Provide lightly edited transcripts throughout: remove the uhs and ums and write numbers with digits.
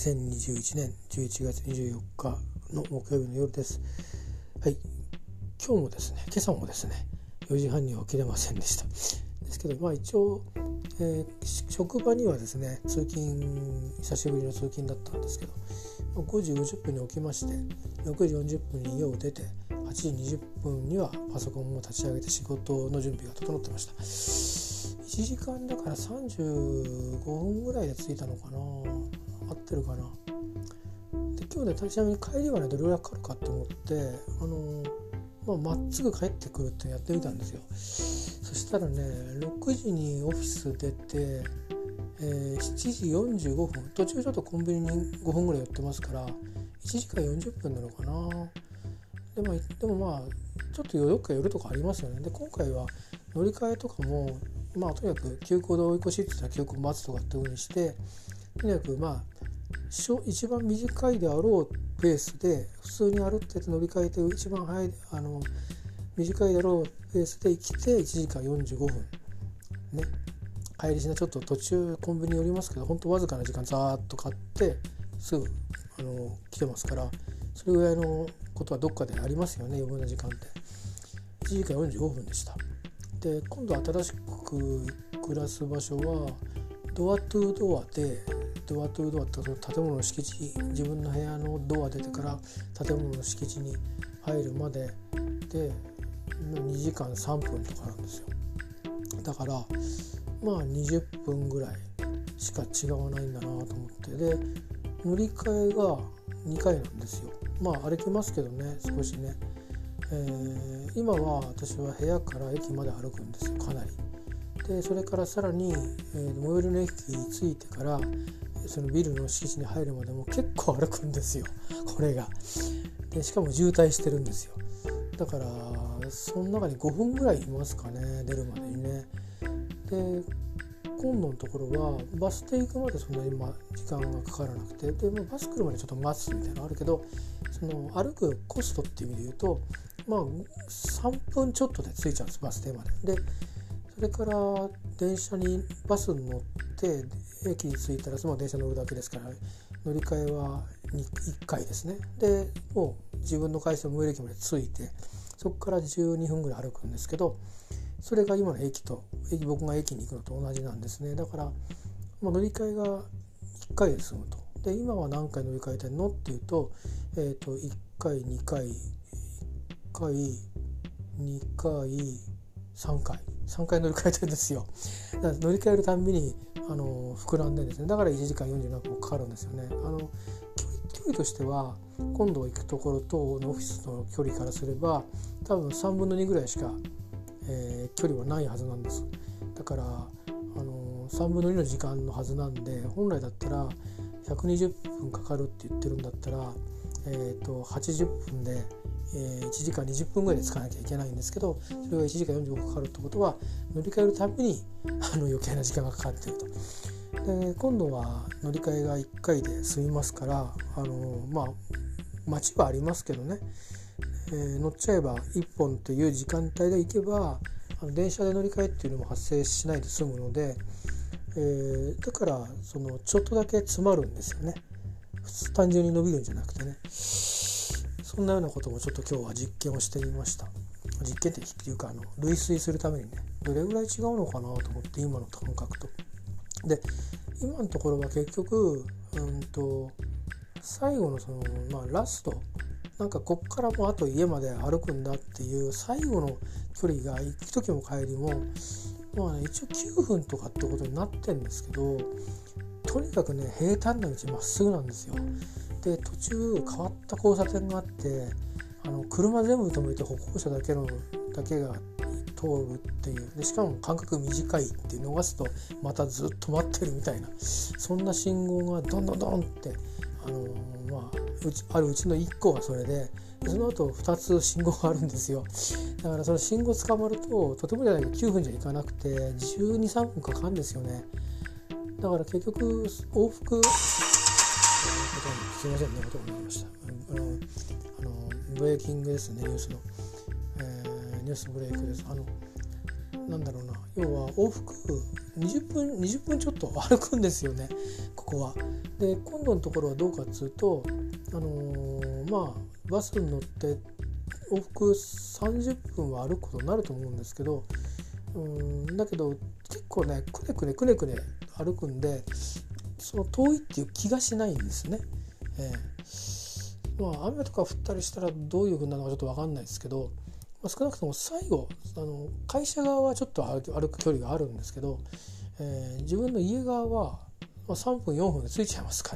2021年11月24日の木曜日の夜です。はい、今日もですね、今朝もですね、4時半には起きれませんでした。ですけど、一応、職場にはですね、通勤、久しぶりの通勤だったんですけど、5時50分に起きまして、6時40分に家を出て、8時20分にはパソコンを立ち上げて仕事の準備が整ってました。1時間だから35分ぐらいで着いたのかな、合ってるかな。で今日ね、ちなみに帰りはね、どれぐらいかかるかと思ってまっすぐ帰ってくるってやってみたんですよ。そしたらね、6時にオフィス出て、7時45分、途中ちょっとコンビニに5分ぐらい寄ってますから1時間40分なのかな。でもちょっとどっか寄るとかありますよね。で今回は乗り換えとかもとにかく急行で追い越しって言ったら急行待つとかっていう風にして、とにかく一番短いであろうペースで普通に歩ってて乗り換えて一番早い短いだろうペースで来て1時間45分ね。帰りしなちょっと途中コンビニ寄りますけど、本当わずかな時間ざーっと買ってすぐ来てますから、それぐらいのことはどっかでありますよね、余分な時間って。1時間45分でした。で今度新しく暮らす場所はドアトゥードアで、ドアトゥードアってその建物の敷地、自分の部屋のドア出てから建物の敷地に入るまでで2時間3分とかなんですよ。だから20分ぐらいしか違わないんだなと思って、で乗り換えが2回なんですよ。歩きますけどね、少しね。今は私は部屋から駅まで歩くんですよ、かなり。でそれからさらに、最寄りの駅に着いてからそのビルの敷地に入るまでも結構歩くんですよ、これが。でしかも渋滞してるんですよ。だからその中に5分ぐらいいますかね、出るまでにね。で今度のところはバス停行くまでそんなに時間がかからなくて、でバス来るまでちょっと待つみたいなのあるけど、その歩くコストっていう意味で言うと3分ちょっとで着いちゃうんです、バス停まで。でそれからバスに乗って駅に着いたら電車乗るだけですから、乗り換えは1回ですね。でもう自分の会社の最寄り駅まで着いて、そこから12分ぐらい歩くんですけど、それが今の僕が駅に行くのと同じなんですね。だから乗り換えが1回で済むと。で今は何回乗り換えてんのっていうと、1回2回1回2回3回乗り換えてるんですよ。だから乗り換えるたんびに膨らんでですね、だから1時間47分かかるんですよね。距離としては今度行くところとのオフィスの距離からすれば多分3分の2ぐらいしか、距離はないはずなんです。だから3分の2の時間のはずなんで、本来だったら120分かかるって言ってるんだったら、80分で1時間20分ぐらいで着かなきゃいけないんですけど、それが1時間45分かかるってことは乗り換えるたびに余計な時間がかかっていると。で今度は乗り換えが1回で済みますから、待ちはありますけどね、乗っちゃえば1本という時間帯で行けば電車で乗り換えっていうのも発生しないで済むので、だからちょっとだけ詰まるんですよね。普通単純に伸びるんじゃなくてね。そんなようなこともちょっと今日は実験をしてみました。実験っていうか類推するためにね、どれぐらい違うのかなと思って、今の感覚と。で今のところは結局最後のラスト、こっからもうあと家まで歩くんだっていう最後の距離が行く時も帰りも一応9分とかってことになってるんですけど、とにかくね、平坦な道まっすぐなんですよ。で途中変わった交差点があって、車全部止めて歩行者だけが通るっていう。でしかも間隔短いっていう、逃すとまたずっと待ってるみたいな、そんな信号がどんどんどんってあるうちの1個がそれで、その後2つ信号があるんですよ。だからその信号捕まるととてもじゃないけど9分じゃいかなくて12、3分かかるんですよね。だから結局往復すいませんね、音が鳴りました。ブレーキングですね、ニュースの、ニュースブレイクです。 なんだろうな、要は往復20分ちょっと歩くんですよね、ここは。で今度のところはどうかっつうと、バスに乗って往復30分は歩くことになると思うんですけど、だけど結構ねくねくね歩くんで、その遠いっていう気がしないんですね。雨とか降ったりしたらどういう風なのかちょっと分かんないですけど、少なくとも最後会社側はちょっと歩く距離があるんですけど、自分の家側は3分4分で着いちゃいますから、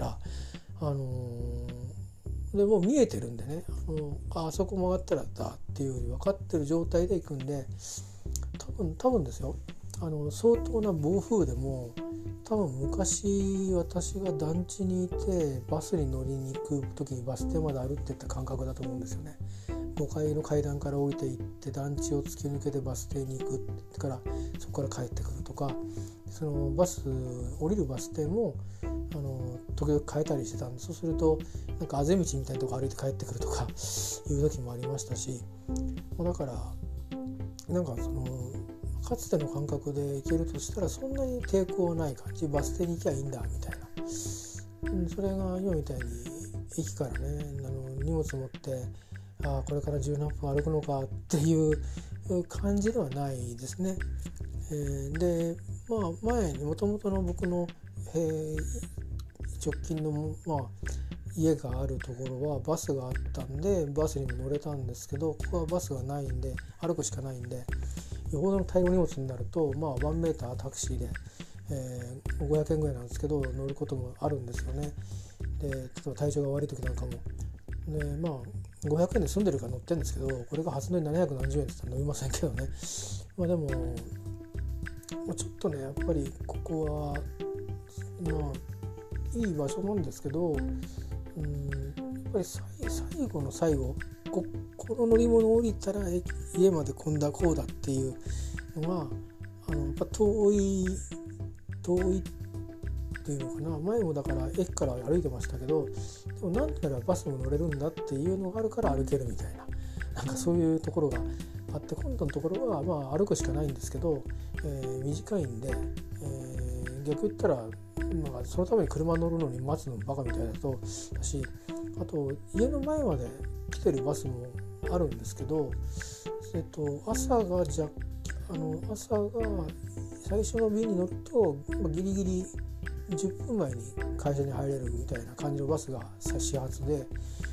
でもう見えてるんでね、あそこ曲がったらだっていうより分かってる状態で行くんで、多分ですよ、相当な暴風でも多分昔私が団地にいてバスに乗りに行く時にバス停まで歩っていった感覚だと思うんですよね。5階の階段から降りていって団地を突き抜けてバス停に行くってから、そこから帰ってくるとか、その降りるバス停も時々変えたりしてたんで、そうするとなんかあぜ道みたいなとこ歩いて帰ってくるとかいう時もありましたし、だからなんかかつての感覚で行けるとしたらそんなに抵抗ない感じ、バス停に行きゃいいんだみたいな、それが今みたいに駅からね荷物持ってこれから十何分歩くのかっていう感じではないですね。で前にもともとの僕の、直近の、家があるところはバスがあったんでバスにも乗れたんですけど、ここはバスがないんで歩くしかないんで、よほどの大量荷物になると1メータータクシーで、500円ぐらいなんですけど乗ることもあるんですよね。で例えば体調が悪い時なんかもで500円で済んでるから乗ってるんですけど、これが初乗り700何十円って言ったら乗りませんけどね。でもちょっとねやっぱりここはいい場所なんですけど、やっぱり最後の最後この乗り物降りたら家までこうだっていうのがやっぱ遠いっていうのかな。前もだから駅から歩いてましたけど、でもなんならバスも乗れるんだっていうのがあるから歩けるみたいな、なんかそういうところがあって、今度のところは歩くしかないんですけど、短いんで、逆言ったらそのために車乗るのに待つのバカみたいだし、あと家の前まで来てるバスもあるんですけど、朝が最初の便に乗るとギリギリ10分前に会社に入れるみたいな感じのバスが始発で、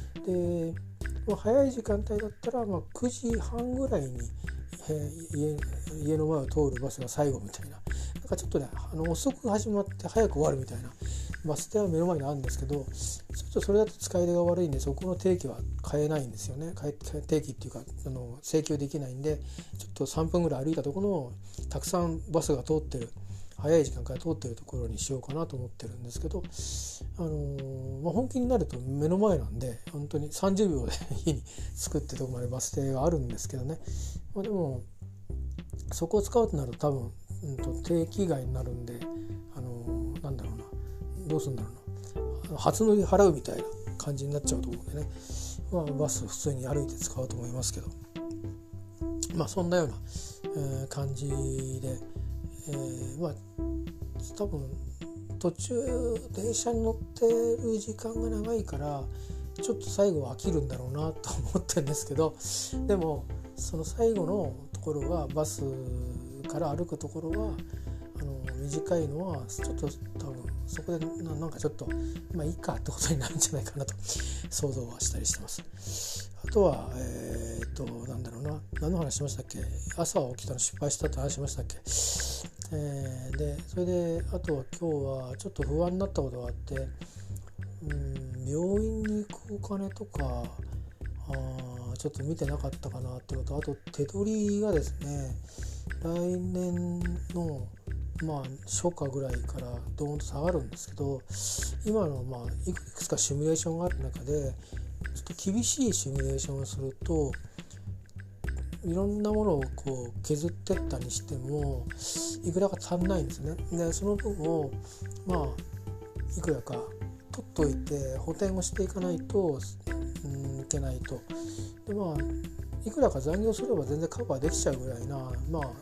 早い時間帯だったら9時半ぐらいに、家の前を通るバスが最後みたいな、なんかちょっとね遅く始まって早く終わるみたいなバス停は目の前にあるんですけど、ちょっとそれだと使い出が悪いんでそこの定期は変えないんですよね。定期っていうか請求できないんで、ちょっと3分ぐらい歩いたところのたくさんバスが通ってる早い時間から通ってるところにしようかなと思ってるんですけど、本気になると目の前なんで本当に30秒で家に着くってとこまでバス停があるんですけどね、でもそこを使うとなると多分、定期外になるんでなんだろうな、どうするんだろうな、初乗り払うみたいな感じになっちゃうと思うんでね、バス普通に歩いて使うと思いますけど、そんなような、感じで、多分途中電車に乗ってる時間が長いからちょっと最後は飽きるんだろうなと思ってるんですけど、でもその最後のところはバスから歩くところは短いのはちょっと多分そこでなんかちょっといいかってことになるんじゃないかなと想像はしたりしてます。あとはなんだろうな、何の話しましたっけ、朝起きたの失敗したって話しましたっけ。でそれであとは今日はちょっと不安になったことがあって、病院に行くお金とかちょっと見てなかったかなっていうのと、あと手取りがですね来年の初夏ぐらいからドーンと下がるんですけど、今のいくつかシミュレーションがある中でちょっと厳しいシミュレーションをするといろんなものを削ってったにしてもいくらか足んないんですね。でその分をいくらか取っといて補填をしていかないといけないと。でいくらか残業すれば全然カバーできちゃうぐらいな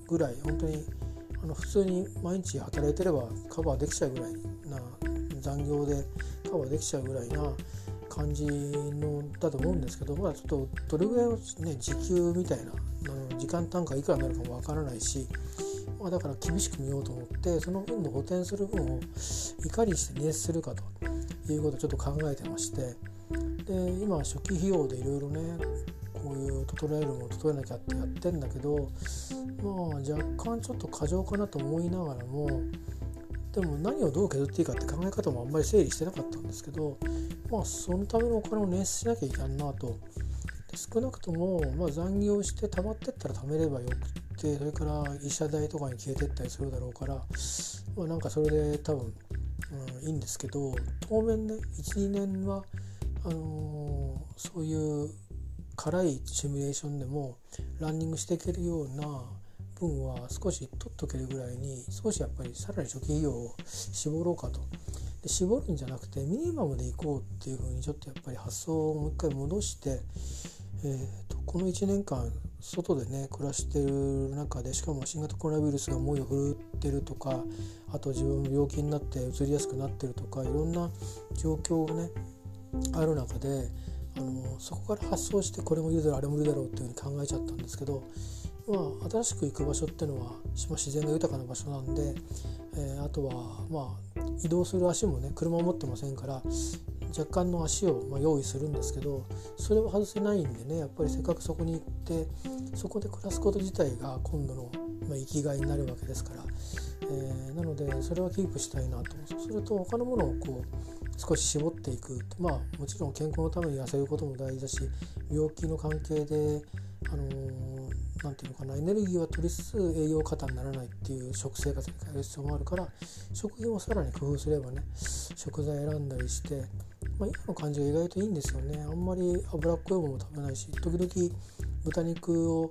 ぐらい、本当に普通に毎日働いてればカバーできちゃうぐらいな、残業でカバーできちゃうぐらいな感じのだと思うんですけど、ちょっとどれぐらいの、時給みたいな時間単価いくらになるかもわからないし、だから厳しく見ようと思って、その分の補填する分をいかにして捻出するかということをちょっと考えてまして、で今初期費用でいろいろね、こういう整えるものを整えなきゃってやってんだけど、若干ちょっと過剰かなと思いながらも、でも何をどう削っていいかって考え方もあんまり整理してなかったんですけど、そのためのお金を捻出しなきゃいけんなと。で少なくとも、残業して溜まってったら貯めればよくて、それから医者代とかに消えてったりするだろうから、なんかそれで多分、いいんですけど、当面ね 1,2 年はそういう辛いシミュレーションでもランニングしていけるような分は少し取っとけるぐらいに、少しやっぱりさらに初期費用を絞ろうかと。で絞るんじゃなくてミニマムでいこうっていう風にちょっとやっぱり発想をもう一回戻して、この1年間外でね暮らしてる中で、しかも新型コロナウイルスが猛威を振るってるとか、あと自分も病気になってうつりやすくなってるとか、いろんな状況がねある中で、そこから発想してこれもいるだろうあれもいるだろうっていう風に考えちゃったんですけど、新しく行く場所っていうのは自然が豊かな場所なんで、あとは移動する足もね、車を持ってませんから若干の足を用意するんですけど、それを外せないんでね、やっぱりせっかくそこに行ってそこで暮らすこと自体が今度の生きがいになるわけですから、なのでそれはキープしたいなと。そうすると他のものを少し絞っていく、もちろん健康のために痩せることも大事だし、病気の関係でなんていうのかな、エネルギーは取りつつ栄養過多にならないっていう食生活に変える必要もあるから、食品をさらに工夫すればね、食材選んだりして、今の感じが意外といいんですよね。あんまり脂っこいものも食べないし、時々豚肉を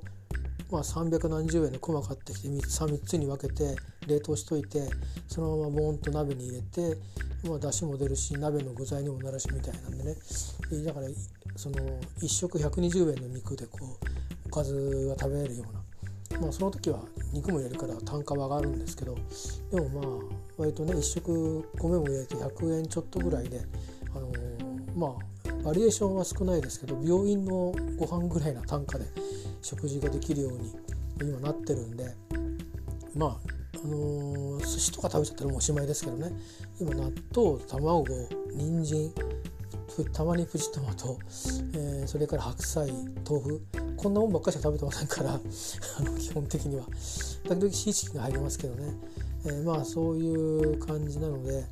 300何十円でコマ買ってきて3つに分けて冷凍しといて、そのままボーンと鍋に入れて、出汁も出るし鍋の具材にもなるしみたいなんでね、だからその1食120円の肉でおかずが食べれるような、その時は肉も入れるから単価は上がるんですけど、でも割とね1食米も入れて100円ちょっとぐらいで、バリエーションは少ないですけど病院のご飯ぐらいな単価で食事ができるように今なってるんで、寿司とか食べちゃったらもうおしまいですけどね、今納豆、卵、人参、たまにプチトマト、それから白菜、豆腐、こんなもんばっかりしか食べてませんから基本的には時々シーチキンが入りますけどね、そういう感じなので、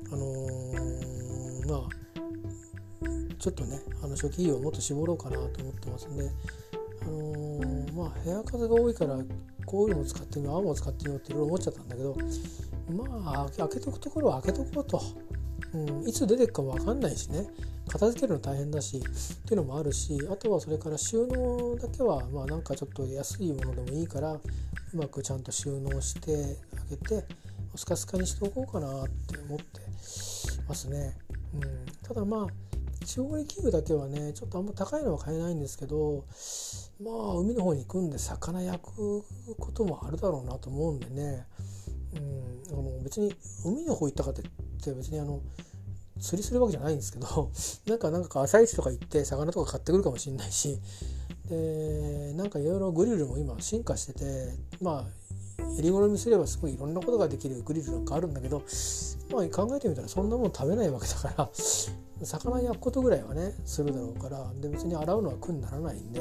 ちょっとね初期費用をもっと絞ろうかなと思ってますんで、部屋数が多いからこういうのも使ってみよう、青も使ってみようっていろいろ思っちゃったんだけど、開けとくところは開けとこうと、いつ出てくかも分かんないしね、片付けるの大変だしっていうのもあるし、あとはそれから収納だけはなんかちょっと安いものでもいいからうまくちゃんと収納してあげてスカスカにしておこうかなって思ってますね。ただ調理器具だけはねちょっとあんま高いのは買えないんですけど、海の方に行くんで魚焼くこともあるだろうなと思うんでね、別に海の方行ったかって別に釣りするわけじゃないんですけどなんか朝市とか行って魚とか買ってくるかもしれないし、でいろいろグリルも今進化してて、襟好みすればすごいいろんなことができるグリルなんかあるんだけど、考えてみたらそんなもん食べないわけだから魚焼くことぐらいはねするだろうから、で別に洗うのは苦にならないんで、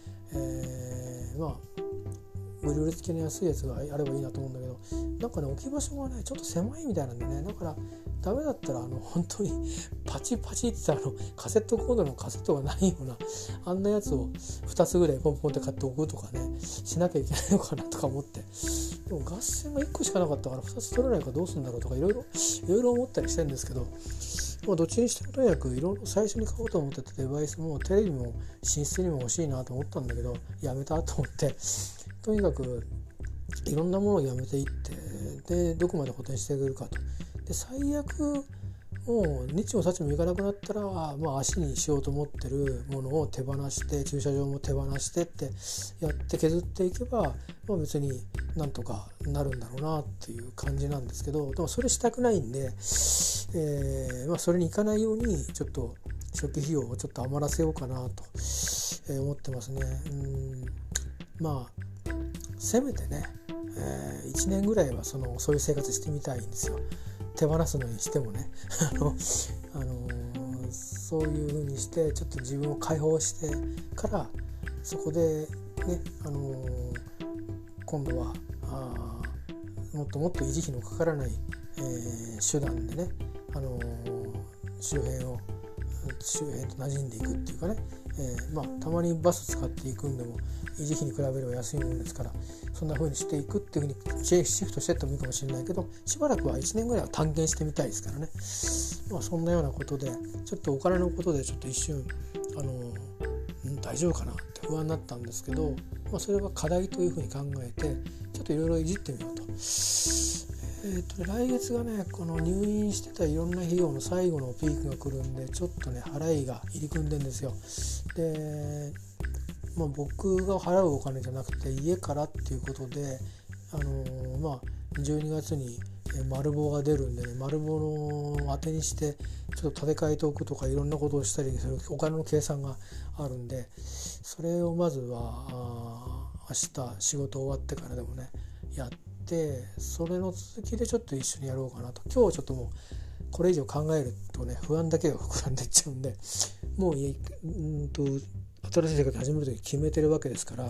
グリル付きの安いやつがあればいいなと思うんだけど、置き場所がねちょっと狭いみたいなんでね、だからダメだったら本当にパチパチってカセットコードのカセットがないようなあんなやつを2つぐらいポンポンって買っておくとかねしなきゃいけないのかなとか思って、でも合線が1個しかなかったから2つ取れないからどうするんだろうとかいろいろ思ったりしてるんですけど、どっちにしてもとにかくいろいろ最初に買おうと思ってたデバイスもテレビも寝室にも欲しいなと思ったんだけどやめたと思って、とにかくいろんなものをやめていって、でどこまで補填してくるかと。で最悪もう日もさちもいかなくなったら、足にしようと思ってるものを手放して、駐車場も手放してってやって削っていけば、別になんとかなるんだろうなっていう感じなんですけど、でもそれしたくないんで、それに行かないようにちょっと初期費用をちょっと余らせようかなと、思ってますね。せめてね、1年ぐらいはそういう生活してみたいんですよ。手放すのにしてもねそういう風にしてちょっと自分を解放してから、そこでね、今度はもっともっと維持費のかからない、手段でね、周辺と馴染んでいくっていうかね、たまにバス使っていくんでも維持費に比べれば安いものですから、そんな風にしていくっていう風にシフトしていってもいいかもしれないけど、しばらくは1年ぐらいは探検してみたいですからね。そんなようなことでちょっとお金のことでちょっと一瞬大丈夫かなって不安になったんですけど、それは課題という風に考えてちょっといろいろいじってみようと。来月がね、この入院してたいろんな費用の最後のピークが来るんで、ちょっとね払いが入り組んでんですよ。で、僕が払うお金じゃなくて家からっていうことで、12月に丸棒が出るんでね、丸棒の当てにしてちょっと立て替えておくとか、いろんなことをしたりするお金の計算があるんで、それをまずは明日仕事終わってからでもねやって、それの続きでちょっと一緒にやろうかなと。今日ちょっともうこれ以上考えるとね、不安だけが膨らんでいっちゃうんで、もう新しい生活始めるとき決めてるわけですから、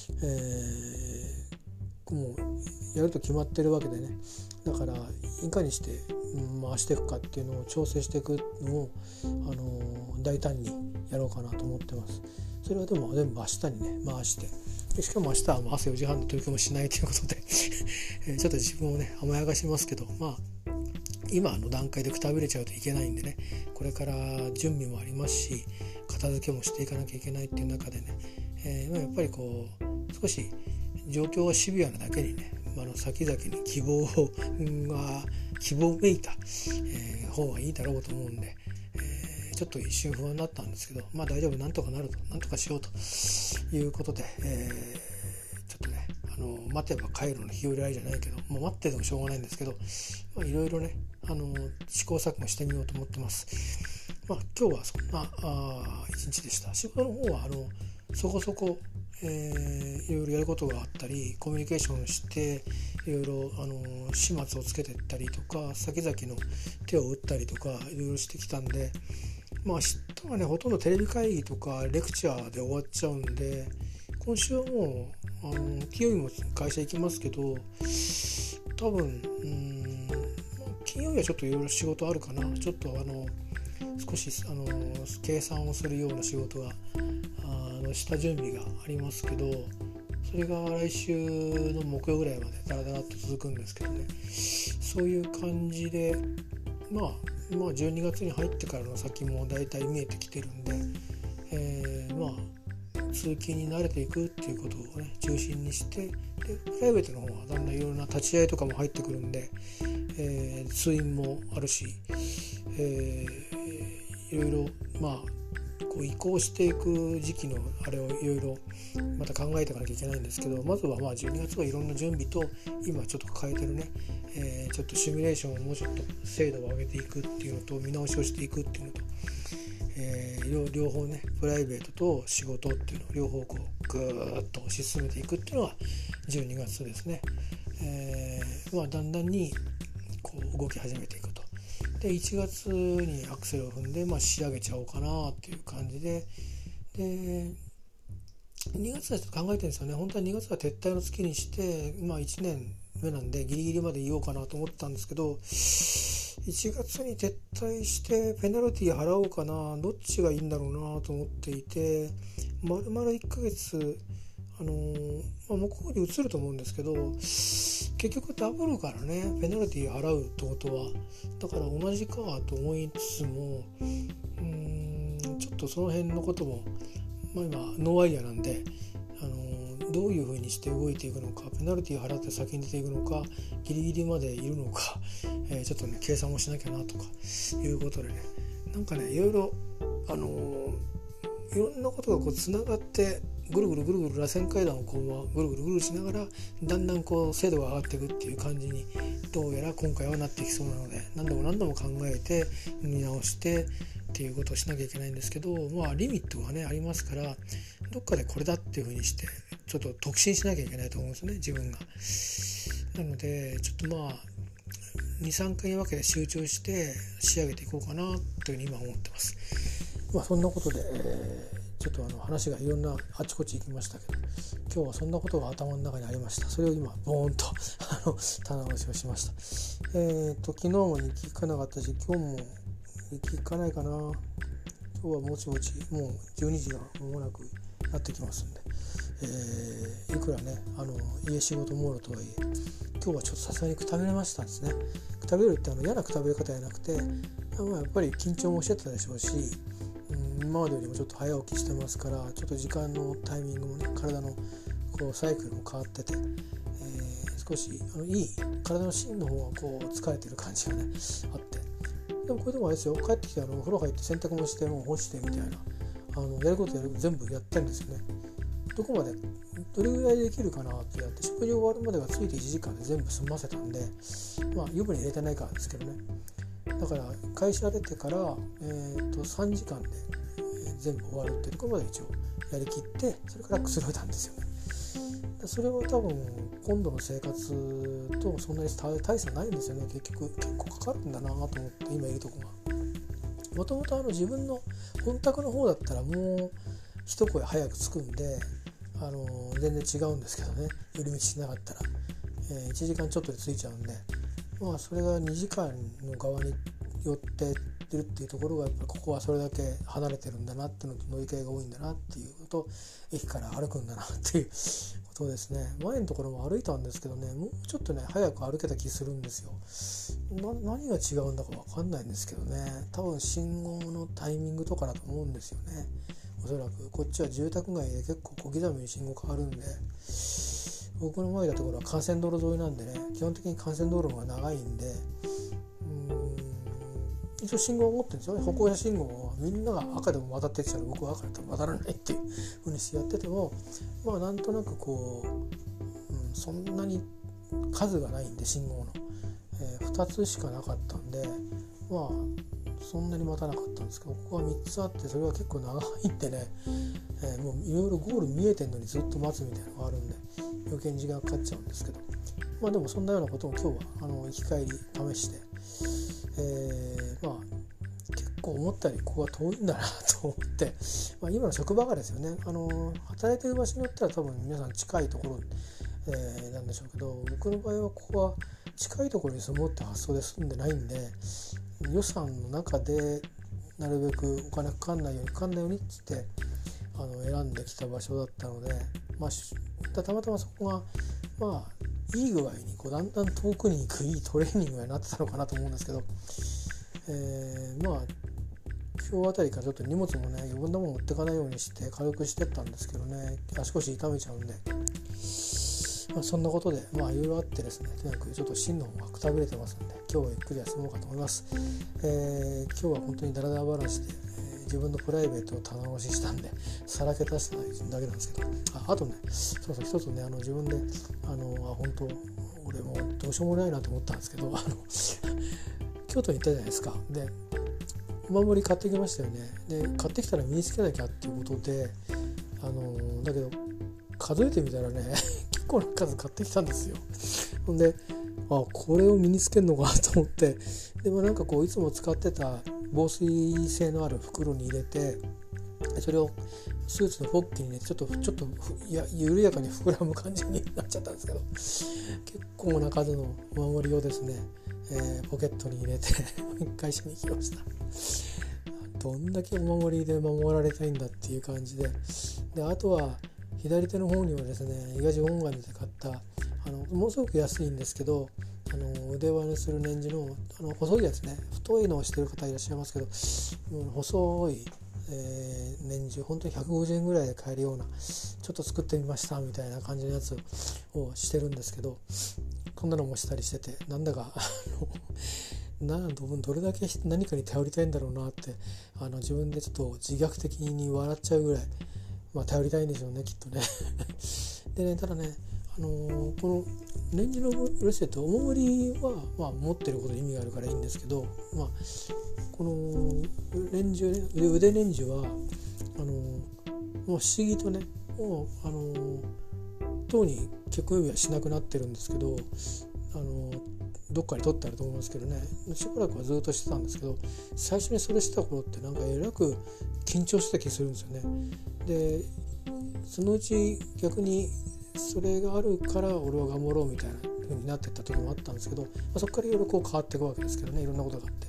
もうやると決まってるわけでね、だからいかにして回していくかっていうのを調整していくのを、大胆にやろうかなと思ってます。それはでも全部明日にね回して、でしかも明日は朝4時半の取り組みもしないということでちょっと自分をね甘やかしますけど、今の段階でくたびれちゃうといけないんでね、これから準備もありますし、片付けもしていかなきゃいけないっていう中でね、やっぱりこう少し状況がシビアなだけにね、先々に希望めいた、方がいいだろうと思うんで、ちょっと一瞬不安になったんですけど、大丈夫、なんとかなると、なんとかしようということで、ちょっとね待てば帰るの日和らいじゃないけど、待っててもしょうがないんですけど、いろいろね試行錯誤してみようと思ってます。今日はそんな一日でした。仕事の方はそこそこ、いろいろやることがあったり、コミュニケーションしていろいろ始末をつけていったりとか、先々の手を打ったりとかいろいろしてきたんで、明日はねほとんどテレビ会議とかレクチャーで終わっちゃうんで、今週はもう金曜日も会社行きますけど、多分金曜日はちょっといろいろ仕事あるかな。ちょっと少し計算をするような仕事が下準備がありますけど、それが来週の木曜ぐらいまでダラダラっと続くんですけどね、そういう感じで12月に入ってからの先もだいたい見えてきてるんで、通勤に慣れていくっていうことをね中心にして、でプライベートの方はだんだんいろんな立ち会いとかも入ってくるんで、通院もあるし、いろいろこう移行していく時期のあれをいろいろまた考えていかなきゃいけないんですけど、まずは12月はいろんな準備と、今ちょっと抱えてるね、ちょっとシミュレーションをもうちょっと精度を上げていくっていうのと、見直しをしていくっていうのと、両方ねプライベートと仕事っていうのを両方こうぐーっと推し進めていくっていうのは12月ですね。だんだんにこう動き始めていくと。で1月にアクセルを踏んで、仕上げちゃおうかなっていう感じで、2月はちょっと考えてるんですよね。本当は2月は撤退の月にして、1年目なんでギリギリまで言おうかなと思ったんですけど、1月に撤退してペナルティ払おうかな、どっちがいいんだろうなと思っていて、丸々1ヶ月向こうに移ると思うんですけど、結局ダブルからねペナルティ払うってことは、だから同じかと思いつつも、ちょっとその辺のことも、今ノーアイデアなんで、どういう風にして動いていくのか、ペナルティ払って先に出ていくのか、ギリギリまでいるのか、 ちょっとね計算もしなきゃなとかいうことでね、なんかねいろいろいろんなことがこうつながってぐるぐる螺旋階段をこうぐるぐるしながらだんだんこう精度が上がっていくっていう感じにどうやら今回はなってきそうなので、何度も考えて見直してっていうことをしなきゃいけないんですけど、リミットがねありますから、どっかでこれだっていう風にしてちょっと特進しなきゃいけないと思うんですね、自分が。なのでちょっと2、3回に分けて集中して仕上げていこうかなというふうに今思ってます。そんなことで、ちょっと話がいろんなあちこち行きましたけど、今日はそんなことが頭の中にありました。それを今ボーンと棚卸しをしました。昨日も日記行かなかったし、今日も日記行かないかな。今日はもうもう12時が間もなくなってきますんで、いくらね家仕事モードとはいえ、今日はちょっとさすがにくたびれましたんですね。くたびれるって嫌なくたびれ方じゃなくて、やっぱり緊張もしてたでしょうし、今までよりもちょっと早起きしてますから、ちょっと時間のタイミングもね、体のこうサイクルも変わってて、少しいい体の芯の方がこう疲れてる感じがねあって、でもこれでもあれですよ、帰ってきて風呂入って洗濯もしてもう干してみたいな、やること全部やってるんですよね。どこまでどれぐらいできるかなってやって、食事終わるまでがついて1時間で全部済ませたんで、湯船入れてないからですけどね。だから会社出てから、3時間で、全部終わるっていうところまで一応やりきって、それからくつろいだんですよね。それは多分今度の生活とそんなに大差ないんですよね。結局結構かかるんだなと思って、今いるとこがもともと自分の本宅の方だったらもう一声早く着くんで、全然違うんですけどね、寄り道しなかったら、1時間ちょっとで着いちゃうんで、それが2時間の側に寄ってるっていうところが、やっぱりここはそれだけ離れてるんだなっていうのと、乗り換えが多いんだなっていうのと、駅から歩くんだなっていうことですね。前のところも歩いたんですけどね、もうちょっとね早く歩けた気するんですよ。何が違うんだか分かんないんですけどね、多分信号のタイミングとかだと思うんですよね。おそらくこっちは住宅街で結構小刻みに信号変わるんで、僕の前だところは幹線道路沿いなんでね、基本的に幹線道路が長いんで、一応信号を持ってるんですよね。歩行者信号はみんなが赤でも渡ってきたら、僕は赤だったら渡らないっていう風にしてやってても、なんとなくこう、そんなに数がないんで、信号の、2つしかなかったんで、そんなに待たなかったんですけど、ここは3つあって、それは結構長いんでね、もういろいろゴール見えてるのにずっと待つみたいなのがあるんで、余計に時間かかっちゃうんですけど、でもそんなようなことを今日は行き帰り試して、結構思ったよりここは遠いんだなと思って、今の職場がですよね、働いてる場所によっては多分皆さん近いところ、なんでしょうけど、僕の場合はここは近いところに住もうって発想で住んでないんで、予算の中でなるべくお金かかんないようにって選んできた場所だったので、たまたまそこがいい具合にだんだん遠くに行くいいトレーニングになってたのかなと思うんですけど、今日あたりからちょっと荷物もね余分なもの持ってかないようにして軽くしてったんですけどね、足腰痛めちゃうんで、そんなことでいろいろあってですね、とにかくちょっと芯の方がくたびれてますので、今日はゆっくり休もうかと思います。今日は本当にダラダラ話で、自分のプライベートを棚押ししたんでさらけ出しただけなんですけど、あとね、そう一つね、自分で本当俺もどうしようもないなと思ったんですけど、京都に行ったじゃないですか。でお守り買ってきましたよね。で買ってきたら身につけなきゃっていうことで、だけど数えてみたらね結構な数買ってきたんですよ。ほんでこれを身につけるのかと思って、でもいつも使ってた防水性のある袋に入れて、それをスーツのポッケに入れてちょっと緩やかに膨らむ感じになっちゃったんですけど、結構な数のお守りをですね、ポケットに入れて会社に行きました。どんだけお守りで守られたいんだっていう感じで、あとは左手の方にはですね、東本願寺で買ったものすごく安いんですけど、腕輪にする年次の細いやつね、太いのをしてる方いらっしゃいますけど、細い、年次本当に150円ぐらいで買えるような、ちょっと作ってみましたみたいな感じのやつをしてるんですけど、 こんなのもしたりしてて、なんだかどれだけ何かに頼りたいんだろうなって自分でちょっと自虐的に笑っちゃうぐらい、頼りたいんでしょうね、きっとねでね、ただね、このレンジのブレスレット、おもりは、持ってることに意味があるからいいんですけど、このレンジ腕レンジはもう不思議とね、もうとうに結婚指輪しなくなってるんですけど、どっかに取ってあると思いますけどね、しばらくはずっとしてたんですけど、最初にそれしてた頃ってなんかえらく緊張してた気するんですよね。でそのうち逆にそれがあるから俺は頑張ろうみたいな風になってった時もあったんですけど、そこからいろいろこう変わっていくわけですけどね、いろんなことがあって、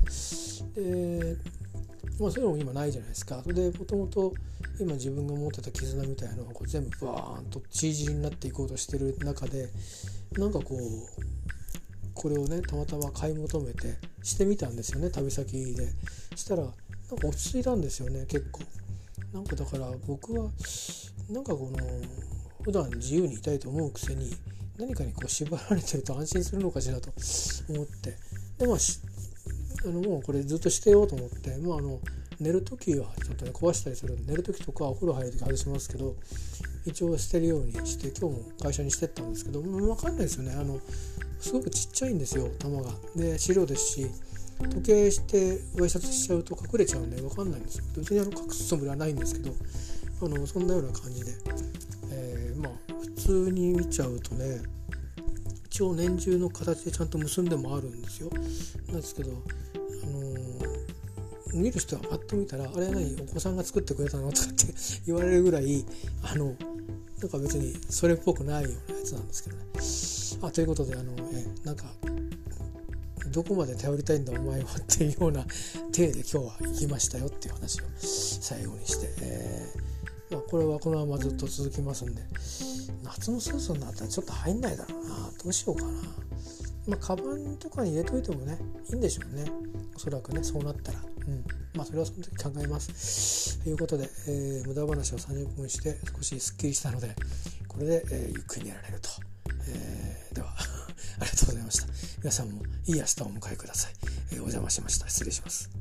でそういうのも今ないじゃないですか。それでもともと今自分が持ってた絆みたいなのをこう全部バーンとチージになっていこうとしてる中で、なんかこれをねたまたま買い求めてしてみたんですよね、旅先で。したらなんか落ち着いたんですよね、結構。なんかだから僕はなんか普段自由にいたいと思うくせに何かに縛られてると安心するのかしらと思って、でもうこれずっとしてようと思って、寝る時はちょっとね壊したりするんで、寝る時とかお風呂入る時外しますけど、一応捨てるようにして今日も会社にしてったんですけど、分かんないですよね。すごくちっちゃいんですよ、玉が。で白ですし、時計してワイシャツしちゃうと隠れちゃうんで分かんないんですよ。別に隠すつもりはないんですけど、そんなような感じで、普通に見ちゃうとね、一応年中の形でちゃんと結んでもあるんですよ。なんですけど、見る人はパッと見たら、あれ何お子さんが作ってくれたのとかって言われるぐらいなんか別にそれっぽくないようなやつなんですけどね。ということでなんかどこまで頼りたいんだお前はっていうような体で今日は行きましたよっていう話を最後にして、これはこのままずっと続きますんで、夏のスーツになったらちょっと入んないだろうな、どうしようかな。カバンとかに入れといてもねいいんでしょうね、おそらくね、そうなったら。それはその時考えますということで、無駄話を30分して少しすっきりしたので、これで、ゆっくり寝られると、ではありがとうございました。皆さんもいい明日をお迎えください。お邪魔しました。失礼します。